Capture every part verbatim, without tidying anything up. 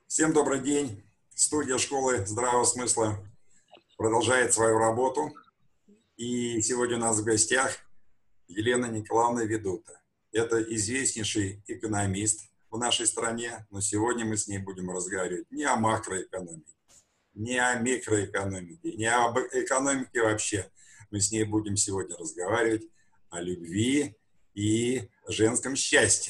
Всем добрый день. Студия школы здравого смысла продолжает свою работу. И сегодня у нас в гостях Елена Николаевна Ведута. Это известнейший экономист в нашей стране, но сегодня мы с ней будем разговаривать не о макроэкономике, не о микроэкономике, не об экономике вообще. Мы с ней будем сегодня разговаривать о любви и женском счастье.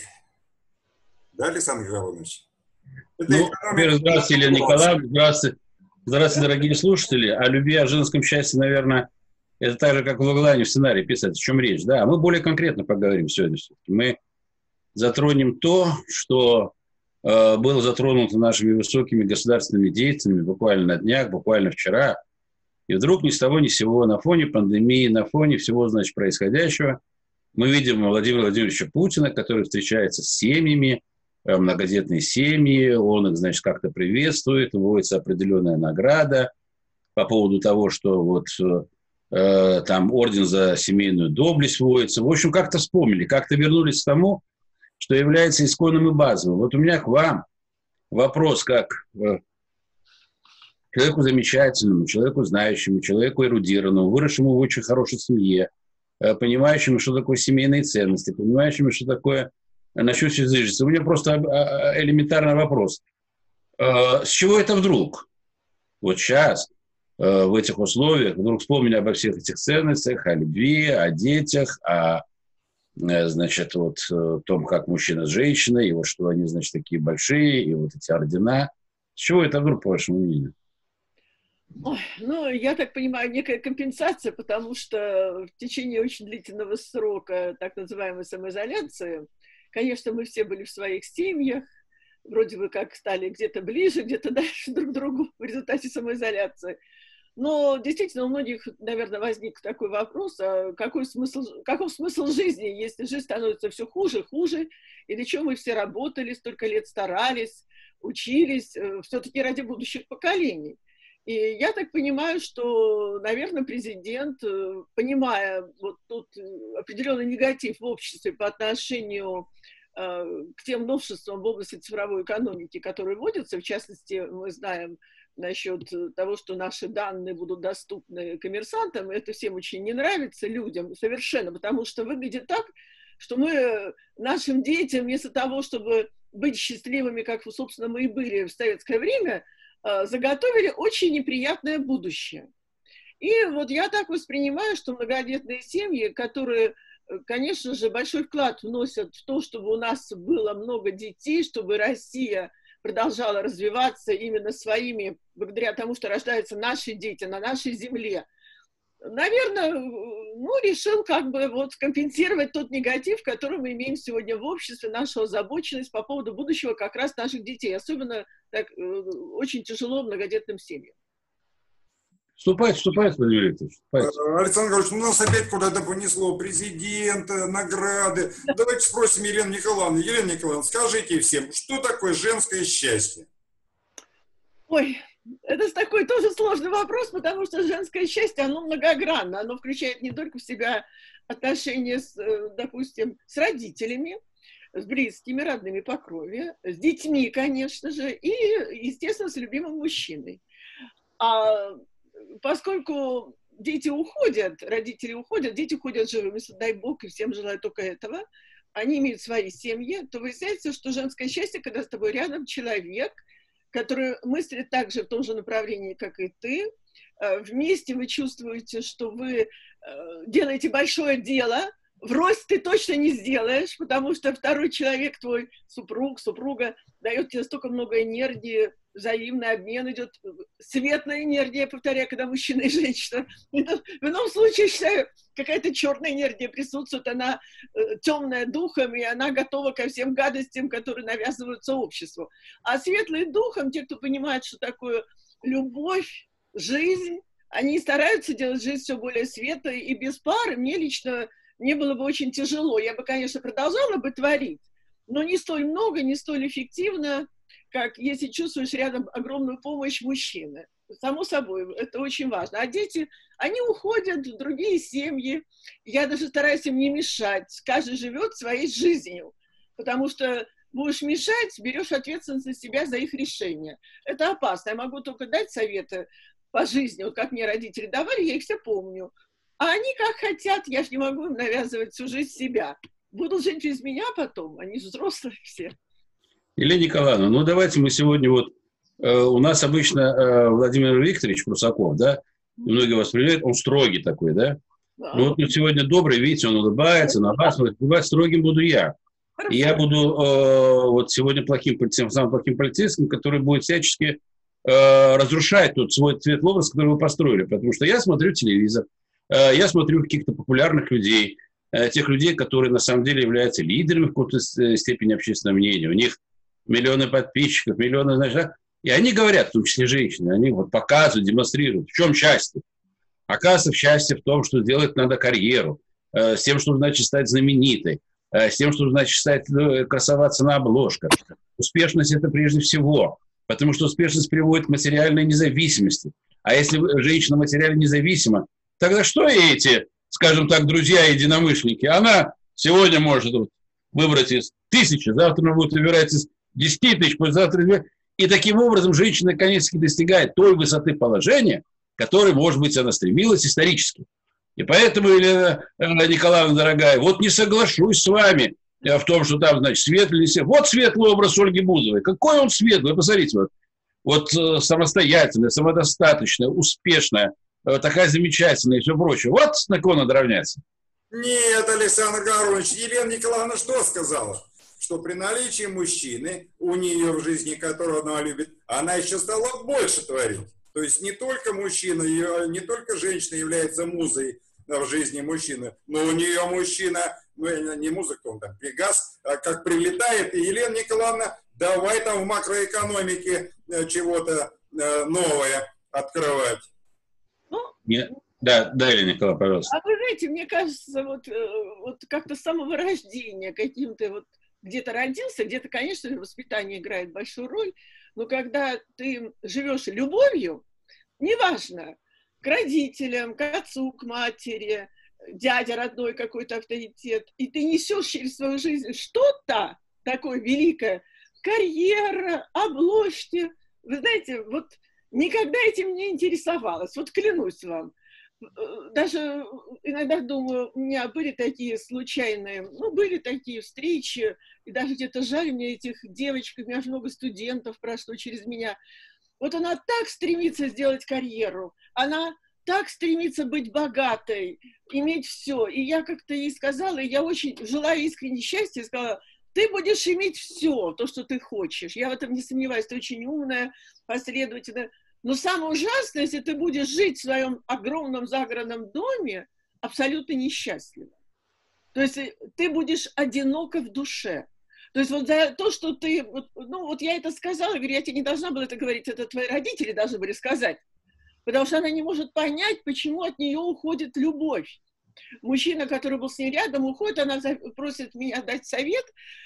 Да, Александр Григорьевич? Ну, во-первых, здравствуйте, Елена Николаевна, здравствуйте, здравствуйте, дорогие слушатели. О любви, о женском счастье, наверное, это так же, как в главе в сценарии писать, о чем речь. Да, мы более конкретно поговорим сегодня. Мы затронем то, что э, было затронуто нашими высокими государственными деятелями буквально на днях, буквально вчера. И вдруг ни с того ни с сего на фоне пандемии, на фоне всего, значит, происходящего, мы видим Владимира Владимировича Путина, который встречается с семьями, многодетные семьи, он их, значит, как-то приветствует, вводится определенная награда по поводу того, что вот э, там орден за семейную доблесть вводится. В общем, как-то вспомнили, как-то вернулись к тому, что является исконным и базовым. Вот у меня к вам вопрос, как э, человеку замечательному, человеку знающему, человеку эрудированному, выросшему в очень хорошей семье, э, понимающему, что такое семейные ценности, понимающему, что такое насчет физически. У меня просто элементарный вопрос. С чего это вдруг? Вот сейчас, в этих условиях, вдруг вспомнили обо всех этих ценностях, о любви, о детях, о, значит, вот том, как мужчина с женщиной, и вот что они, значит, такие большие, и вот эти ордена. С чего это вдруг, по вашему мнению? Ой, ну, я так понимаю, некая компенсация, потому что в течение очень длительного срока так называемой самоизоляции, конечно, мы все были в своих семьях, вроде бы как стали где-то ближе, где-то дальше друг к другу в результате самоизоляции. Но действительно у многих, наверное, возник такой вопрос, а какой смысл, каков смысл жизни, если жизнь становится все хуже, хуже, и для чего мы все работали, столько лет старались, учились, все-таки ради будущих поколений. И я так понимаю, что, наверное, президент, понимая вот тот определенный негатив в обществе по отношению э, к тем новшествам в области цифровой экономики, которые вводятся, в частности, мы знаем насчет того, что наши данные будут доступны коммерсантам, это всем очень не нравится людям совершенно, потому что выглядит так, что мы нашим детям вместо того, чтобы быть счастливыми, как, собственно, мы и были в советское время, заготовили очень неприятное будущее. И вот я так воспринимаю, что многодетные семьи, которые, конечно же, большой вклад вносят в то, чтобы у нас было много детей, чтобы Россия продолжала развиваться именно своими, благодаря тому, что рождаются наши дети на нашей земле, наверное, ну, решил как бы вот компенсировать тот негатив, который мы имеем сегодня в обществе, нашу озабоченность по поводу будущего как раз наших детей. Особенно так, очень тяжело многодетным семьям. Вступайте, вступайте, Владимир Викторович. Александр Григорьевич, ну нас опять куда-то понесло. Президента, награды. Давайте спросим Елену Николаевну. Елена Николаевна, скажите всем, что такое женское счастье? Ой, это такой тоже сложный вопрос, потому что женское счастье, оно многогранно. Оно включает не только в себя отношения, с, допустим, с родителями, с близкими, родными по крови, с детьми, конечно же, и, естественно, с любимым мужчиной. А поскольку дети уходят, родители уходят, дети уходят живыми, дай Бог, и всем желаю только этого, они имеют свои семьи, то выясняется, что женское счастье, когда с тобой рядом человек, который мыслит так же в том же направлении, как и ты, вместе вы чувствуете, что вы делаете большое дело, врозь ты точно не сделаешь, потому что второй человек, твой супруг, супруга, дает тебе столько много энергии, взаимный обмен идет, светлая энергия, повторяю, когда мужчина и женщина. В ином случае, считаю, какая-то черная энергия присутствует, она э, темная духом, и она готова ко всем гадостям, которые навязываются обществу. А светлый духом, те, кто понимает, что такое любовь, жизнь, они стараются делать жизнь все более светлой, и без пары мне лично, мне было бы очень тяжело. Я бы, конечно, продолжала бы творить, но не столь много, не столь эффективно, как если чувствуешь рядом огромную помощь мужчины. Само собой, это очень важно. А дети, они уходят в другие семьи. Я даже стараюсь им не мешать. Каждый живет своей жизнью. Потому что будешь мешать, берешь ответственность на себя за их решение. Это опасно. Я могу только дать советы по жизни, вот как мне родители давали, я их все помню. А они как хотят, я же не могу им навязывать всю жизнь себя. Будут жить без меня потом, они же взрослые все. Елена Николаевна, ну давайте мы сегодня вот, э, у нас обычно э, Владимир Викторович Прусаков, да, и многие вас привлекают, он строгий такой, да? Да. Ну вот сегодня добрый, видите, он улыбается, на вас, улыбать строгим буду я. Хорошо. И я буду э, вот сегодня плохим полицейским, самым плохим полицейским, который будет всячески э, разрушать тот свой светлый образ, который вы построили. Потому что я смотрю телевизор, э, я смотрю каких-то популярных людей, э, тех людей, которые на самом деле являются лидерами в какой-то степени общественного мнения. У них миллионы подписчиков, миллионы, значит, да? И они говорят, в том числе женщины, они вот показывают, демонстрируют, в чем счастье. Оказывается, счастье в том, что делать надо карьеру, э, с тем, чтобы, значит, стать знаменитой, э, с тем, чтобы, значит, стать, э, красоваться на обложках. Успешность – это прежде всего, потому что успешность приводит к материальной независимости. А если женщина материально независима, тогда что эти, скажем так, друзья-единомышленники? Она сегодня может вот выбрать из тысячи, завтра она будет выбирать из десяти тысяч, завтра... И таким образом женщина, наконец-таки, достигает той высоты положения, которой, может быть, она стремилась исторически. И поэтому, Елена Николаевна, дорогая, вот не соглашусь с вами в том, что там, значит, светлый, не светлый. Вот светлый образ Ольги Бузовой. Какой он светлый? Посмотрите, вот, вот самостоятельная, самодостаточная, успешная, такая замечательная и все прочее. Вот на кого надо равняться. Нет, Александр Горович, Елена Николаевна что сказала? Что при наличии мужчины, у нее в жизни, которого она любит, она еще стала больше творить. То есть не только мужчина, не только женщина является музой в жизни мужчины, но у нее мужчина, ну не музыка, он там Пегас, а как прилетает, и Елена Николаевна, давай там в макроэкономике чего-то новое открывать. Ну, Нет. Да, да, Елена Николаевна, пожалуйста. А вы знаете, мне кажется, вот, вот как-то с самого рождения каким-то вот где-то родился, где-то, конечно, воспитание играет большую роль, но когда ты живешь любовью, неважно, к родителям, к отцу, к матери, дядя родной какой-то авторитет, и ты несешь через свою жизнь что-то такое великое, карьера, обложки. Вы знаете, вот никогда этим не интересовалась, вот клянусь вам. Даже иногда думаю, у меня были такие случайные, ну, были такие встречи, и даже где-то жаль мне этих девочек, у меня же много студентов прошло через меня. Вот она так стремится сделать карьеру, она так стремится быть богатой, иметь все. И я как-то ей сказала, и я очень желаю искренне счастья, сказала, ты будешь иметь все, то, что ты хочешь. Я в этом не сомневаюсь, ты очень умная, последовательная. Но самое ужасное, если ты будешь жить в своем огромном загородном доме абсолютно несчастливо. То есть ты будешь одинока в душе. То есть вот за то, что ты... Ну вот я это сказала, говорю, я тебе не должна была это говорить, это твои родители должны были сказать. Потому что она не может понять, почему от нее уходит любовь. Мужчина, который был с ней рядом, уходит, она просит меня дать совет,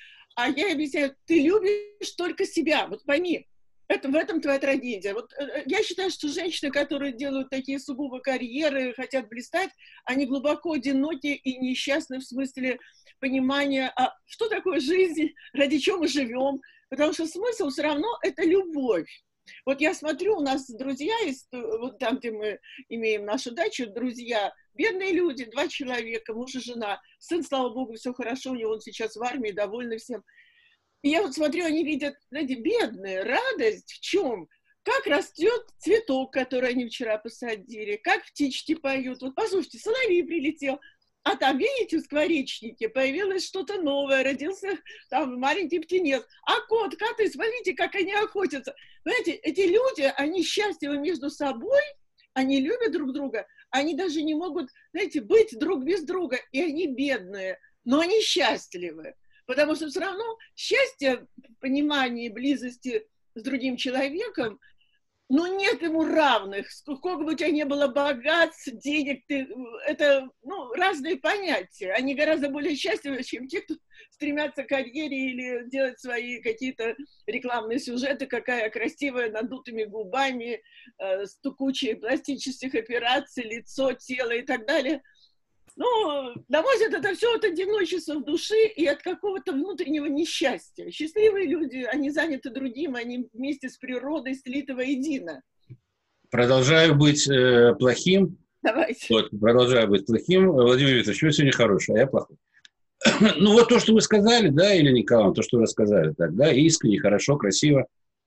а я объясняю, ты любишь только себя, вот пойми. Это, в этом твоя трагедия. Вот, я считаю, что женщины, которые делают такие сугубо карьеры, хотят блистать, они глубоко одиноки и несчастны в смысле понимания, а что такое жизнь, ради чего мы живем. Потому что смысл все равно – это любовь. Вот я смотрю, у нас друзья есть, вот там, где мы имеем нашу дачу, друзья, бедные люди, два человека, муж и жена. Сын, слава богу, все хорошо, у него он сейчас в армии, довольны всем. И я вот смотрю, они видят, знаете, бедные, радость в чем? Как растет цветок, который они вчера посадили, как птички поют. Вот послушайте, соловей прилетел, а там, видите, в скворечнике появилось что-то новое, родился там маленький птенец. А кот, коты, смотрите, как они охотятся. Знаете, эти люди, они счастливы между собой, они любят друг друга, они даже не могут, знаете, быть друг без друга, и они бедные, но они счастливы. Потому что все равно счастье в понимании близости с другим человеком, ну, нет ему равных. Сколько бы у тебя ни было богатств, денег, ты, это, ну, разные понятия. Они гораздо более счастливы, чем те, кто стремятся к карьере или делать свои какие-то рекламные сюжеты, какая красивая, надутыми губами, э, с кучей пластических операций, лицо, тело и так далее. Ну, на мой взгляд, это все от одиночества в душе и от какого-то внутреннего несчастья. Счастливые люди, они заняты другим, они вместе с природой слиты воедино. Продолжаю быть э, плохим. Давайте. Вот, продолжаю быть плохим. Владимир Викторович, вы сегодня хороший, а я плохой. Ну, вот то, что вы сказали, да, Елена Николаевна, то, что вы рассказали, так, да, искренне, хорошо, красиво.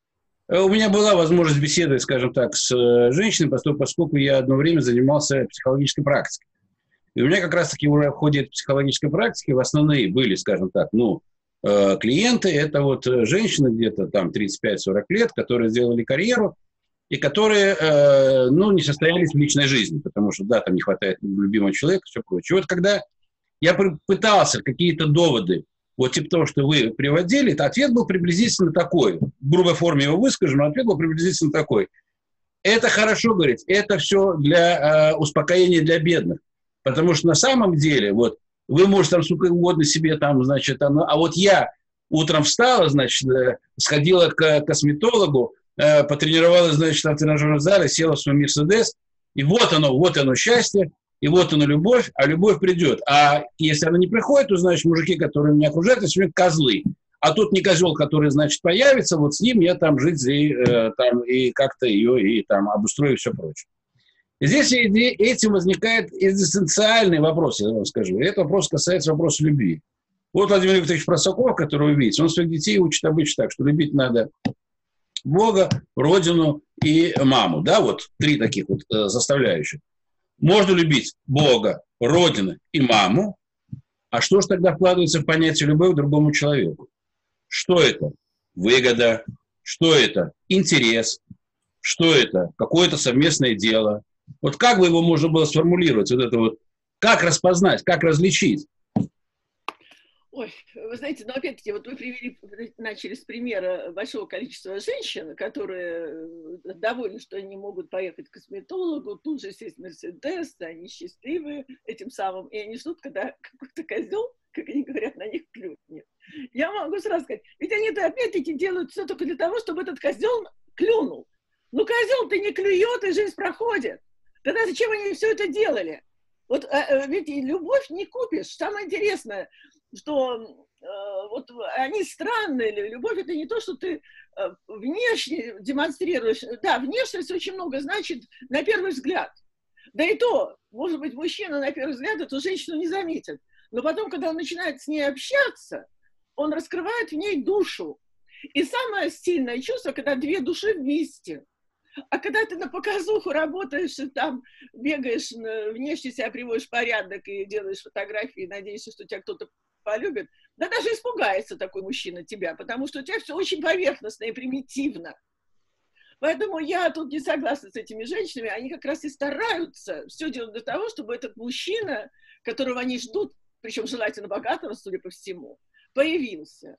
У меня была возможность беседовать, скажем так, с женщиной, поскольку я одно время занимался психологической практикой. И у меня как раз-таки уже в ходе психологической практики в основные были, скажем так, ну, клиенты, это вот женщины где-то там тридцать пять сорок лет, которые сделали карьеру, и которые, ну, не состоялись в личной жизни, потому что, да, там не хватает любимого человека, все прочее. Вот когда я пытался какие-то доводы, вот типа того, что вы приводили, то ответ был приблизительно такой. В грубой форме его выскажу, но ответ был приблизительно такой. Это хорошо, говорить, это все для э, успокоения для бедных. Потому что на самом деле, вот, вы можете там сколько угодно себе там, значит, там, а вот я утром встала, значит, э, сходила к косметологу, э, потренировалась, значит, в тренажерном зале, села в свой Мерседес, и вот оно, вот оно счастье. И вот она любовь, а любовь придет. А если она не приходит, то, значит, мужики, которые меня окружают, это все козлы. А тут не козел, который, значит, появится, вот с ним я там жить и, э, там, и как-то ее и там обустрою и все прочее. И здесь этим возникает экзистенциальный вопрос, я вам скажу. И этот вопрос касается вопроса любви. Вот Владимир Викторович Просаков, который вы видите, он своих детей учит обычно так, что любить надо Бога, Родину и маму. Да, вот три таких вот э, составляющих. Можно любить Бога, Родину и маму, а что же тогда вкладывается в понятие любовь к другому человеку? Что это? Выгода. Что это? Интерес. Что это? Какое-то совместное дело. Вот как бы его можно было сформулировать? Вот это вот, как распознать, как различить? Ой, вы знаете, ну, опять-таки, вот вы привели, начали с примера большого количества женщин, которые довольны, что они могут поехать к косметологу, тут же сесть в Мерседес, они счастливы этим самым, и они ждут, когда какой-то козел, как они говорят, на них клюнет. Я могу сразу сказать, ведь они-то опять-таки делают все только для того, чтобы этот козел клюнул. Ну, козел-то не клюет, и жизнь проходит. Тогда зачем они все это делали? Вот ведь любовь не купишь. Самое интересное, что э, вот они странные. Любовь — это не то, что ты э, внешне демонстрируешь. Да, внешность очень много значит на первый взгляд. Да и то, может быть, мужчина на первый взгляд эту женщину не заметит. Но потом, когда он начинает с ней общаться, он раскрывает в ней душу. И самое сильное чувство, когда две души вместе. А когда ты на показуху работаешь и там бегаешь, внешне себя приводишь в порядок и делаешь фотографии, и надеешься, что тебя кто-то полюбит, да даже испугается такой мужчина тебя, потому что у тебя все очень поверхностно и примитивно. Поэтому я тут не согласна с этими женщинами, они как раз и стараются все делать для того, чтобы этот мужчина, которого они ждут, причем желательно богатого, судя по всему, появился.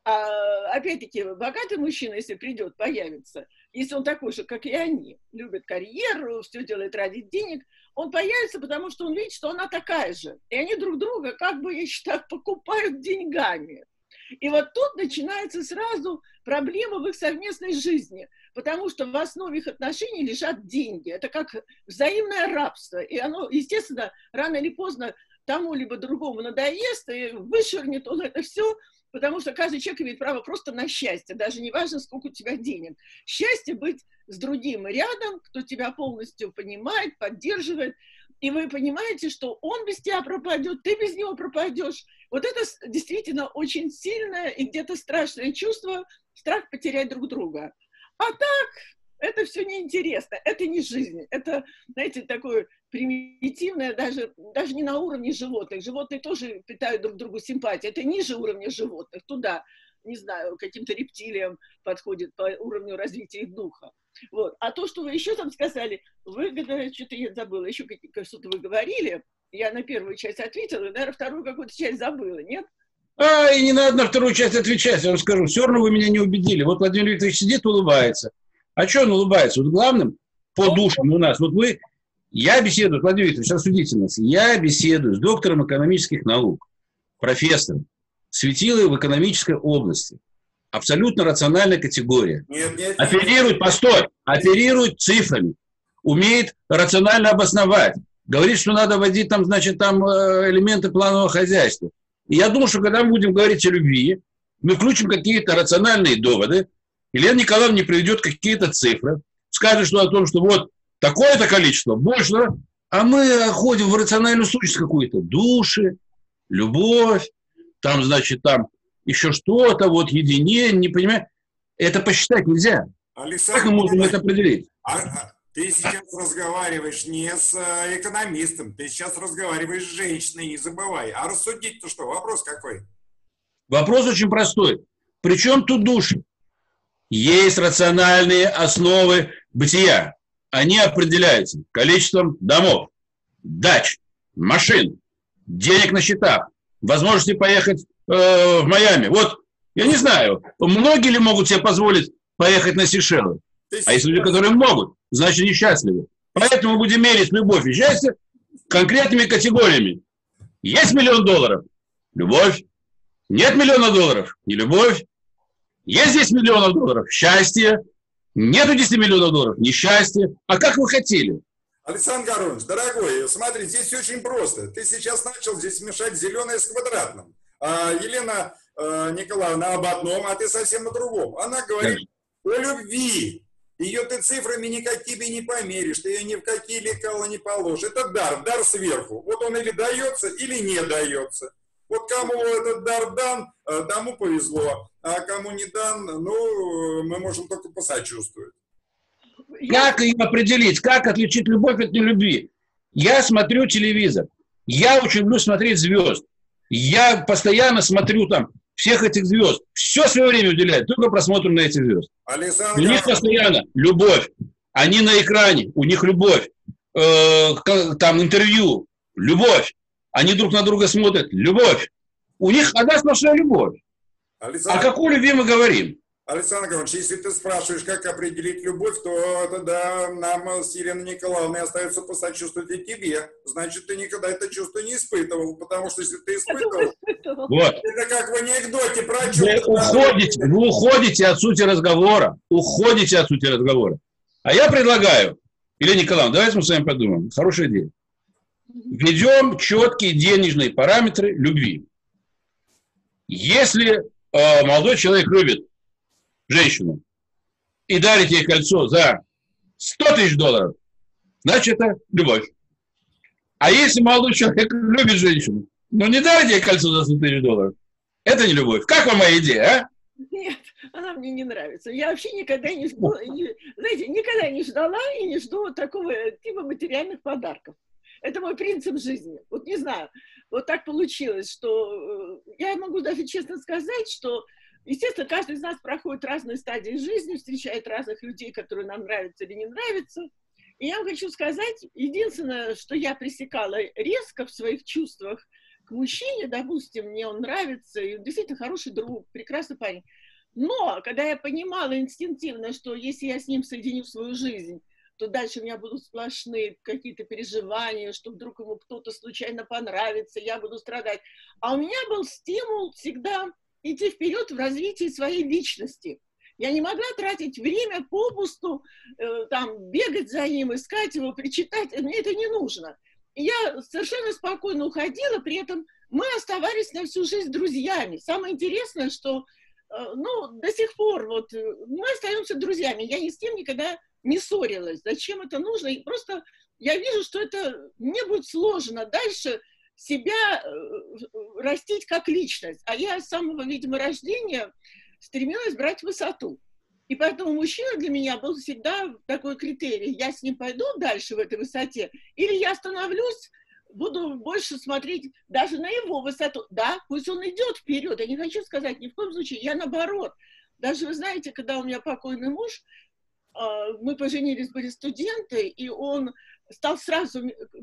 А, опять-таки, богатый мужчина, если придет, появится, если он такой же, как и они, любит карьеру, все делает ради денег, он появится, потому что он видит, что она такая же. И они друг друга, как бы, я считаю, покупают деньгами. И вот тут начинается сразу проблема в их совместной жизни, потому что в основе их отношений лежат деньги. Это как взаимное рабство. И оно, естественно, рано или поздно тому либо другому надоест, и вышвырнет он это все, потому что каждый человек имеет право просто на счастье, даже не важно, сколько у тебя денег. Счастье быть с другим рядом, кто тебя полностью понимает, поддерживает, и вы понимаете, что он без тебя пропадет, ты без него пропадешь. Вот это действительно очень сильное и где-то страшное чувство, страх потерять друг друга. А так, это все неинтересно, это не жизнь, это, знаете, такое примитивное, даже, даже не на уровне животных. Животные тоже питают друг другу симпатию, это ниже уровня животных, туда, не знаю, каким-то рептилиям подходит по уровню развития их духа. Вот. А то, что вы еще там сказали, выгода, что-то я забыла, еще что-то вы говорили, я на первую часть ответила, и, наверное, вторую какую-то часть забыла, нет? А, и не надо на вторую часть отвечать, я вам скажу, все равно вы меня не убедили. Вот Владимир Викторович сидит, улыбается. А что он улыбается? Вот главным по душам у нас, вот вы, я беседую, Владимир Викторович, осудите нас, я беседую с доктором экономических наук, профессором, светилой в экономической области. Абсолютно рациональная категория. Нет, нет, оперирует, постой, оперирует цифрами, умеет рационально обосновать. говорит, что надо вводить там, значит, там элементы планового хозяйства. И я думаю, что когда мы будем говорить о любви, мы включим какие-то рациональные доводы, Елена Николаевна приведет какие-то цифры, скажет, что о том, что вот такое-то количество, больше, а мы ходим в рациональную сущность какую-то. Души, любовь, там, значит, там еще что-то, вот единение, не понимаю. Это посчитать нельзя. Александр, как мы можем это определить? А, а, ты сейчас разговариваешь не с экономистом, ты сейчас разговариваешь с женщиной, не забывай. А рассудить-то что? Вопрос какой? Вопрос очень простой. Причем тут души? Есть рациональные основы бытия. Они определяются количеством домов, дач, машин, денег на счетах, возможности поехать э, в Майами. Вот, я не знаю, многие ли могут себе позволить поехать на Сейшелы? А есть люди, которые могут, значит, они счастливы. Поэтому мы будем мерить любовь и счастье конкретными категориями. Есть миллион долларов – любовь. Нет миллиона долларов – не любовь. Есть десять миллионов долларов – счастье. Нету десяти миллионов долларов – несчастье. А как вы хотели? Александр Горович, дорогой, смотри, здесь очень просто. Ты сейчас начал здесь мешать зеленое с квадратным. А Елена э, Николаевна об одном, а ты совсем о другом. Она говорит о любви. Ее ты цифрами никакими не померишь, ты ее ни в какие лекала не положишь. Это дар, дар сверху. Вот он или дается, или не дается. Вот кому этот дар дан, тому повезло. А кому не дан, ну, мы можем только посочувствовать. Как ее определить? Как отличить любовь от нелюбви? Я смотрю телевизор. Я очень люблю смотреть звезд. Я постоянно смотрю там всех этих звезд. Все свое время уделяю только просмотру на этих звезд. Александр... У них постоянно любовь. Они на экране, у них любовь. Э, там интервью, любовь. Они друг на друга смотрят, любовь. У них одна сплошная любовь. Александр... О какой любви мы говорим? Александр Иванович, если ты спрашиваешь, как определить любовь, то тогда нам с Еленой Николаевной остается посочувствовать и тебе. Значит, ты никогда это чувство не испытывал, потому что если ты испытывал, вот. Это как в анекдоте про чувство. Вы уходите, вы уходите от сути разговора. Уходите от сути разговора. А я предлагаю, Елена Николаевна, давайте мы с вами подумаем. Хорошая идея. Введем четкие денежные параметры любви. Если э, молодой человек любит женщину и дарит ей кольцо за сто тысяч долларов, значит, это любовь. А если молодой человек любит женщину, но не дарит ей кольцо за сто тысяч долларов, это не любовь. Как вам моя идея, а? Нет, она мне не нравится. Я вообще никогда не ждала, не, знаете, никогда не ждала и не жду такого типа материальных подарков. Это мой принцип жизни. Вот не знаю, вот так получилось, что э, я могу даже честно сказать, что, естественно, каждый из нас проходит разные стадии жизни, встречает разных людей, которые нам нравятся или не нравятся. И я вам хочу сказать, единственное, что я пресекала резко в своих чувствах к мужчине, допустим, мне он нравится, и он действительно хороший друг, прекрасный парень. Но когда я понимала инстинктивно, что если я с ним соединю свою жизнь, то дальше у меня будут сплошные какие-то переживания, что вдруг ему кто-то случайно понравится, я буду страдать. А у меня был стимул всегда идти вперед в развитии своей личности. Я не могла тратить время попусту, э, там, бегать за ним, искать его, причитать. Мне это не нужно. И я совершенно спокойно уходила, при этом мы оставались на всю жизнь друзьями. Самое интересное, что э, ну, до сих пор вот, мы остаемся друзьями. Я ни с кем никогда не ссорилась. Зачем это нужно? И просто я вижу, что это мне будет сложно дальше себя э, растить как личность. А я с самого, видимо, рождения стремилась брать высоту. И поэтому мужчина для меня был всегда такой критерий. Я с ним пойду дальше в этой высоте, или я остановлюсь, буду больше смотреть даже на его высоту. Да, пусть он идет вперед. Я не хочу сказать ни в коем случае. Я наоборот. Даже, вы знаете, когда у меня покойный муж, мы поженились, были студенты, и он стал сразу,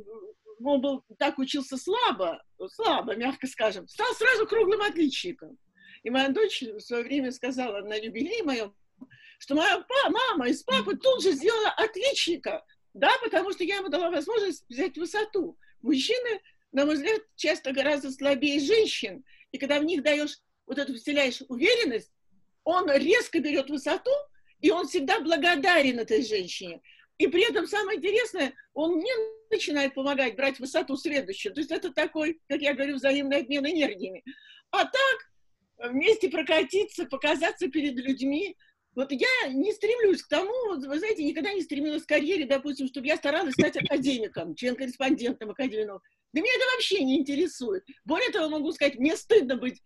он был, так учился слабо, слабо, мягко скажем, стал сразу круглым отличником. И моя дочь в свое время сказала на юбилее моем, что моя мама из папы тут же сделала отличника, да, потому что я ему дала возможность взять высоту. Мужчины, на мой взгляд, часто гораздо слабее женщин, и когда в них даешь вот эту, вселяешь уверенность, он резко берет высоту, и он всегда благодарен этой женщине. И при этом самое интересное, он не начинает помогать брать высоту следующую. То есть это такой, как я говорю, взаимный обмен энергиями. А так, вместе прокатиться, показаться перед людьми. Вот я не стремлюсь к тому, вот, вы знаете, никогда не стремилась к карьере, допустим, чтобы я старалась стать академиком, член-корреспондентом Академии наук. Да меня это вообще не интересует. Более того, могу сказать, мне стыдно быть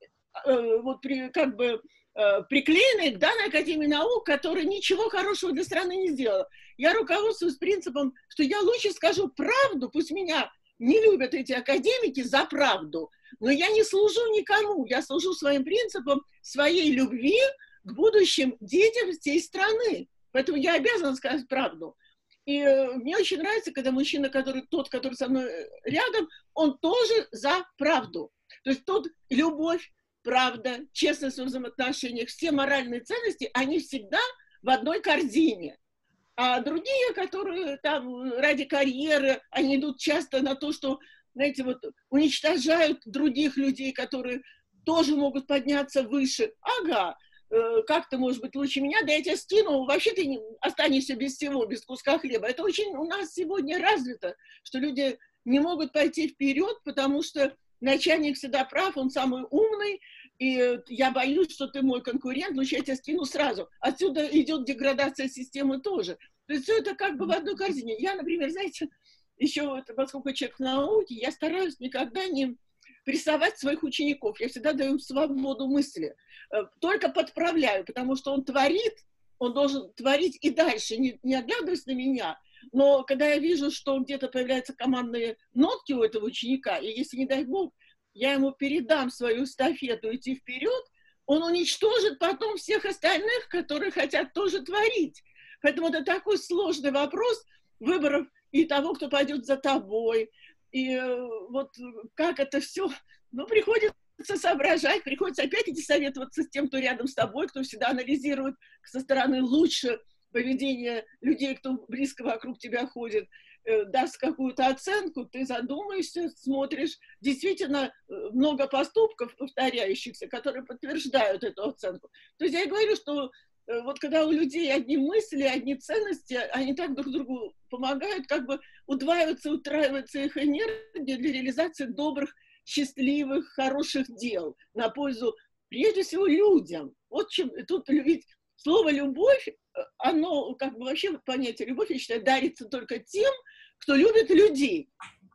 э, вот при, как бы э, приклеенной к данной Академии наук, которая ничего хорошего для страны не сделала. Я руководствуюсь принципом, что я лучше скажу правду, пусть меня не любят эти академики за правду, но я не служу никому, я служу своим принципам, своей любви к будущим детям всей страны. Поэтому я обязана сказать правду. И э, мне очень нравится, когда мужчина, который, тот, который со мной рядом, он тоже за правду. То есть тут любовь, правда, честность в взаимоотношениях, все моральные ценности, они всегда в одной корзине. А другие, которые там ради карьеры, они идут часто на то, что, знаете, вот уничтожают других людей, которые тоже могут подняться выше. Ага, как ты можешь быть лучше меня, да я тебя скину, вообще ты останешься без всего, без куска хлеба. Это очень у нас сегодня развито, что люди не могут пойти вперед, потому что начальник всегда прав, он самый умный, и я боюсь, что ты мой конкурент, лучше я тебя скину сразу. Отсюда идет деградация системы тоже. То есть все это как бы в одной корзине. Я, например, знаете, еще вот, поскольку человек в науке, я стараюсь никогда не прессовать своих учеников. Я всегда даю им свободу мысли. Только подправляю, потому что он творит, он должен творить и дальше, не, не оглядываясь на меня. Но когда я вижу, что где-то появляются командные нотки у этого ученика, и если, не дай бог, я ему передам свою эстафету идти вперед, он уничтожит потом всех остальных, которые хотят тоже творить. Поэтому это такой сложный вопрос выборов и того, кто пойдет за тобой. И вот как это все, ну, приходится соображать, приходится опять-таки советоваться с тем, кто рядом с тобой, кто всегда анализирует со стороны лучше поведение людей, кто близко вокруг тебя ходит, э, даст какую-то оценку, ты задумаешься, смотришь. Действительно, много поступков повторяющихся, которые подтверждают эту оценку. То есть я и говорю, что э, вот когда у людей одни мысли, одни ценности, они так друг другу помогают, как бы удваивается, утраивается их энергия для реализации добрых, счастливых, хороших дел на пользу, прежде всего, людям. Вот чем тут любить. Слово «любовь», оно, как бы вообще понятие «любовь», я считаю, дарится только тем, кто любит людей.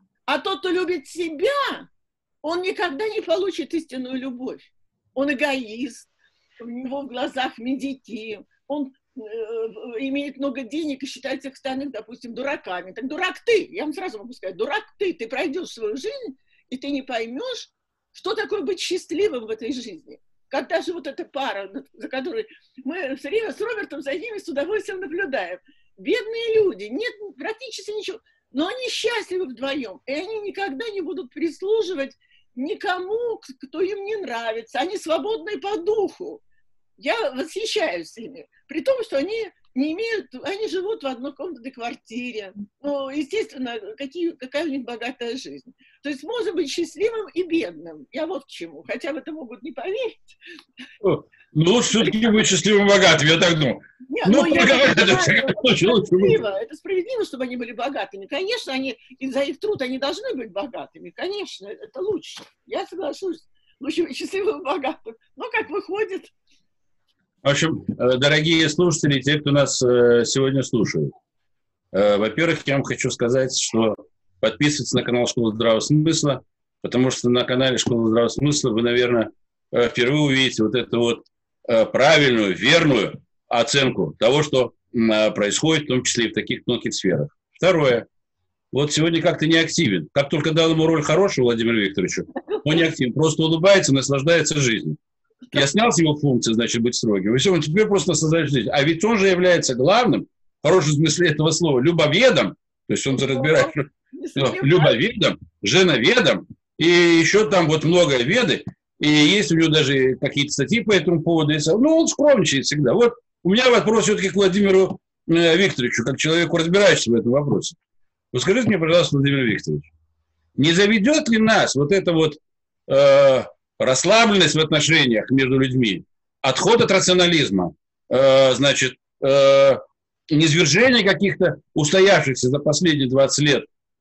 А тот, кто любит себя, он никогда не получит истинную любовь. Он эгоист, у него в глазах медики, он э, имеет много денег и считает всех остальных, допустим, дураками. Так дурак ты, я вам сразу могу сказать, дурак ты, ты пройдешь свою жизнь, и ты не поймешь, что такое быть счастливым в этой жизни. Как даже вот эта пара, за которой мы все время с Робертом за ними с удовольствием наблюдаем. Бедные люди, нет практически ничего, но они счастливы вдвоем, и они никогда не будут прислуживать никому, кто им не нравится. Они свободны по духу. Я восхищаюсь ими, при том, что они не имеют, они живут в однокомнатной квартире. Ну, естественно, какие, какая у них богатая жизнь. То есть можно быть счастливым и бедным. Я вот к чему. Хотя в это могут не поверить. Ну, лучше все-таки быть счастливым и богатым, я так думаю. Нет, ну, я поговорим, это, это, справедливо, это справедливо, чтобы они были богатыми. Конечно, они, из-за их труда они должны быть богатыми. Конечно, это лучше. Я соглашусь. Лучше быть счастливым и богатым. Но как выходит... В общем, дорогие слушатели, те, кто нас сегодня слушает, во-первых, я вам хочу сказать, что подписывайтесь на канал «Школа здравого смысла», потому что на канале «Школа здравого смысла» вы, наверное, впервые увидите вот эту вот правильную, верную оценку того, что происходит, в том числе и в таких тонких сферах. Второе. Вот сегодня как-то не активен. Как только дал ему роль хорошего Владимиру Викторовичу, он не активен, просто улыбается, наслаждается жизнью. Я снял с его функции, значит, быть строгим, и все, он теперь просто наслаждается жизнью. А ведь он же является главным, в хорошем смысле этого слова, любоведом, то есть он разбирает, любоведом, женоведом, и еще там вот много веды, и есть у него даже какие-то статьи по этому поводу. Ну, он скромничает всегда. Вот у меня вопрос все-таки к Владимиру Викторовичу, как человеку, разбирающемуся в этом вопросе. Вот скажите мне, пожалуйста, Владимир Викторович, не заведет ли нас вот эта вот э, расслабленность в отношениях между людьми, отход от рационализма, э, значит, э, низвержение каких-то устоявшихся за последние двадцать лет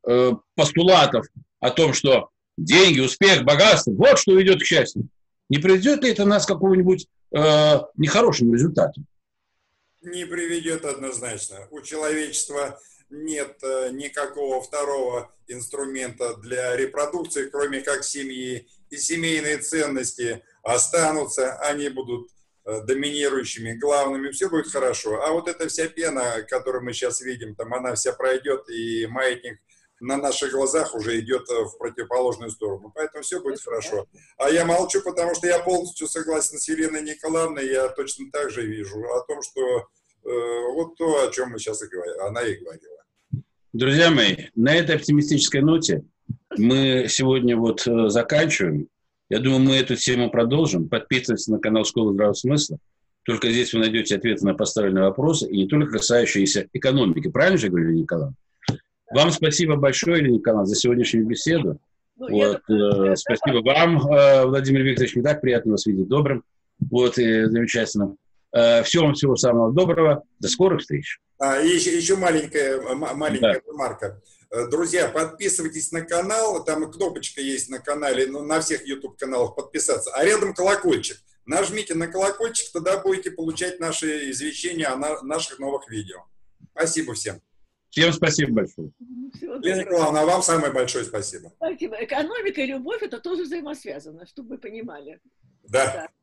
э, постулатов о том, что деньги, успех, богатство, вот что ведет к счастью. Не приведет ли это нас к какому-нибудь э, нехорошему результату? Не приведет однозначно. У человечества нет э, никакого второго инструмента для репродукции, кроме как семьи. И семейные ценности останутся, они будут э, доминирующими, главными, все будет хорошо. А вот эта вся пена, которую мы сейчас видим, там она вся пройдет, и маятник на наших глазах уже идет в противоположную сторону. Поэтому все будет хорошо. А я молчу, потому что я полностью согласен с Еленой Николаевной. Я точно так же вижу о том, что э, вот то, о чем мы сейчас и говорили, она и говорила. Друзья мои, на этой оптимистической ноте мы сегодня вот э, заканчиваем. Я думаю, мы эту тему продолжим. Подписывайтесь на канал Школы Здравого Смысла. Только здесь вы найдете ответы на поставленные вопросы, и не только касающиеся экономики. Правильно же говорили, Николай? Вам спасибо большое, Елена Николаевна, за сегодняшнюю беседу. Ну, вот, думаю, э, спасибо вам, э, Владимир Викторович. Мне так приятно вас видеть добрым. Вот, и замечательно. Э, всего вам всего самого доброго. До скорых встреч. А, и еще, еще маленькая, маленькая да. ремарка. Друзья, подписывайтесь на канал. Там кнопочка есть на канале, ну, на всех YouTube-каналах подписаться. А рядом колокольчик. Нажмите на колокольчик, тогда будете получать наши извещения о на, наших новых видео. Спасибо всем. Всем спасибо большое. Елена Николаевна, а вам самое большое спасибо. Спасибо. Экономика и любовь — это тоже взаимосвязано, чтобы вы понимали. Да. Да.